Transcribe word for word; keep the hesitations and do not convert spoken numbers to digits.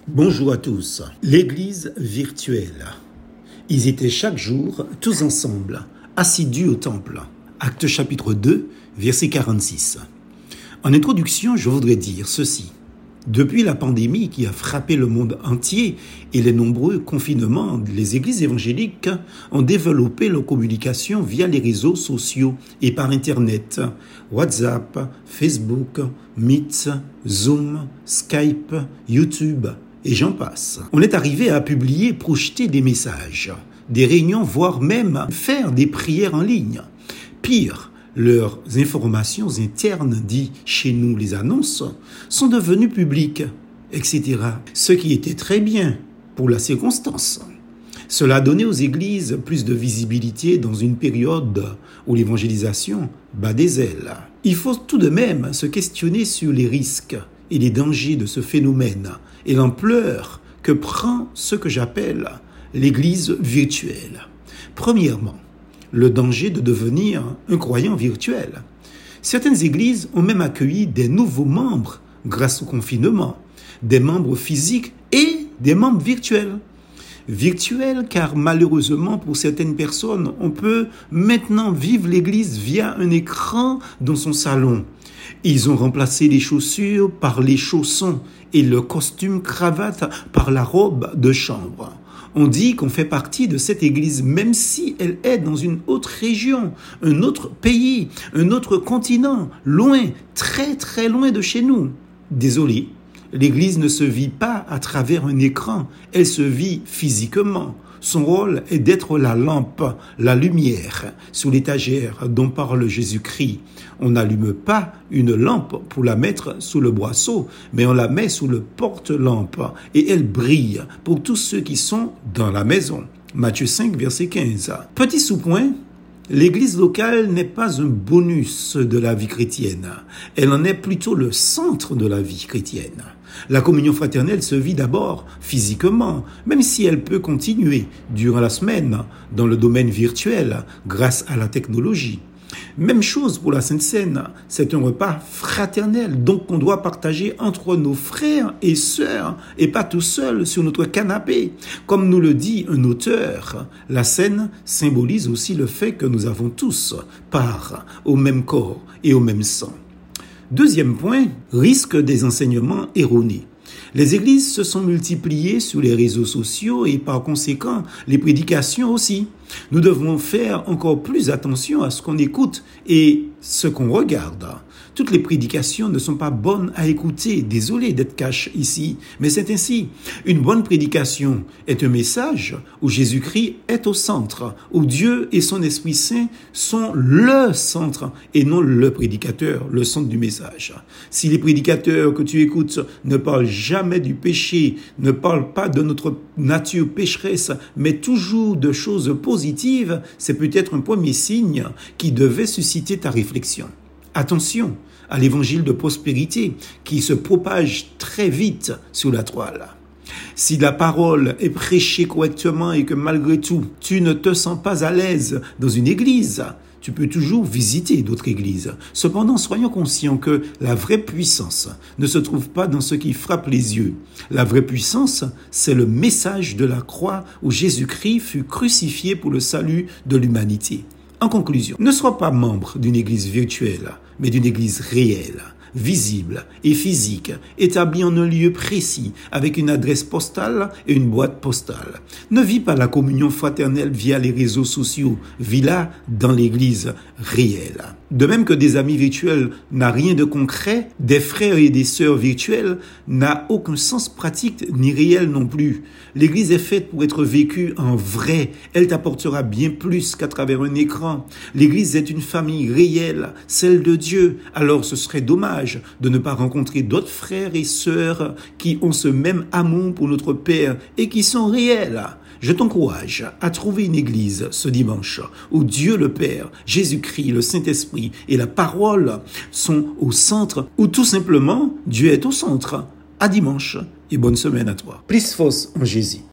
Bonjour à tous. L'église virtuelle. Ils étaient chaque jour, tous ensemble, assidus au temple. Actes chapitre deux, verset quarante-six. En introduction, je voudrais dire ceci. Depuis la pandémie qui a frappé le monde entier et les nombreux confinements, les églises évangéliques ont développé leur communication via les réseaux sociaux et par Internet, WhatsApp, Facebook, Meet, Zoom, Skype, YouTube, et j'en passe. On est arrivé à publier, projeter des messages, des réunions, voire même faire des prières en ligne. Pire, leurs informations internes, dit chez nous les annonces, sont devenues publiques, et cetera. Ce qui était très bien pour la circonstance. Cela a donné aux églises plus de visibilité dans une période où l'évangélisation bat des ailes. Il faut tout de même se questionner sur les risques et les dangers de ce phénomène et l'ampleur que prend ce que j'appelle l'église virtuelle. Premièrement, le danger de devenir un croyant virtuel. Certaines églises ont même accueilli des nouveaux membres grâce au confinement, des membres physiques et des membres virtuels. Virtuels car malheureusement pour certaines personnes, on peut maintenant vivre l'église via un écran dans son salon. Ils ont remplacé les chaussures par les chaussons et le costume cravate par la robe de chambre. On dit qu'on fait partie de cette église même si elle est dans une autre région, un autre pays, un autre continent, loin, très très loin de chez nous. Désolé, l'église ne se vit pas à travers un écran, elle se vit physiquement. Son rôle est d'être la lampe, la lumière sous l'étagère dont parle Jésus-Christ. On n'allume pas une lampe pour la mettre sous le boisseau, mais on la met sous le porte-lampe et elle brille pour tous ceux qui sont dans la maison. Matthieu cinq, verset quinze. Petit sous-point, l'église locale n'est pas un bonus de la vie chrétienne. Elle en est plutôt le centre de la vie chrétienne. La communion fraternelle se vit d'abord physiquement, même si elle peut continuer durant la semaine dans le domaine virtuel grâce à la technologie. Même chose pour la Sainte Seine, c'est un repas fraternel, donc qu'on doit partager entre nos frères et sœurs et pas tout seul sur notre canapé. Comme nous le dit un auteur, la Seine symbolise aussi le fait que nous avons tous part au même corps et au même sang. Deuxième point, risque des enseignements erronés. Les églises se sont multipliées sur les réseaux sociaux et par conséquent, les prédications aussi. Nous devons faire encore plus attention à ce qu'on écoute et ce qu'on regarde. Toutes les prédications ne sont pas bonnes à écouter. Désolé d'être cash ici, mais c'est ainsi. Une bonne prédication est un message où Jésus-Christ est au centre, où Dieu et son Esprit Saint sont le centre et non le prédicateur, le centre du message. Si les prédicateurs que tu écoutes ne parlent jamais du péché, ne parlent pas de notre nature pécheresse, mais toujours de choses positives, c'est peut-être un premier signe qui devait susciter ta réflexion. Attention à l'évangile de prospérité qui se propage très vite sur la toile. Si la parole est prêchée correctement et que malgré tout, tu ne te sens pas à l'aise dans une église, tu peux toujours visiter d'autres églises. Cependant, soyons conscients que la vraie puissance ne se trouve pas dans ce qui frappe les yeux. La vraie puissance, c'est le message de la croix où Jésus-Christ fut crucifié pour le salut de l'humanité. En conclusion, ne sois pas membre d'une église virtuelle, mais d'une église réelle, visible et physique, établie en un lieu précis, avec une adresse postale et une boîte postale. Ne vis pas la communion fraternelle via les réseaux sociaux, vis-la dans l'église réelle. De même que des amis virtuels n'a rien de concret, des frères et des sœurs virtuels n'a aucun sens pratique ni réel non plus. L'église est faite pour être vécue en vrai. Elle t'apportera bien plus qu'à travers un écran. L'église est une famille réelle, celle de Dieu. Alors ce serait dommage de ne pas rencontrer d'autres frères et sœurs qui ont ce même amour pour notre Père et qui sont réels. Je t'encourage à trouver une église ce dimanche où Dieu le Père, Jésus-Christ, le Saint-Esprit et la parole sont au centre, où tout simplement Dieu est au centre. À dimanche et bonne semaine à toi. Plus force en Jésus.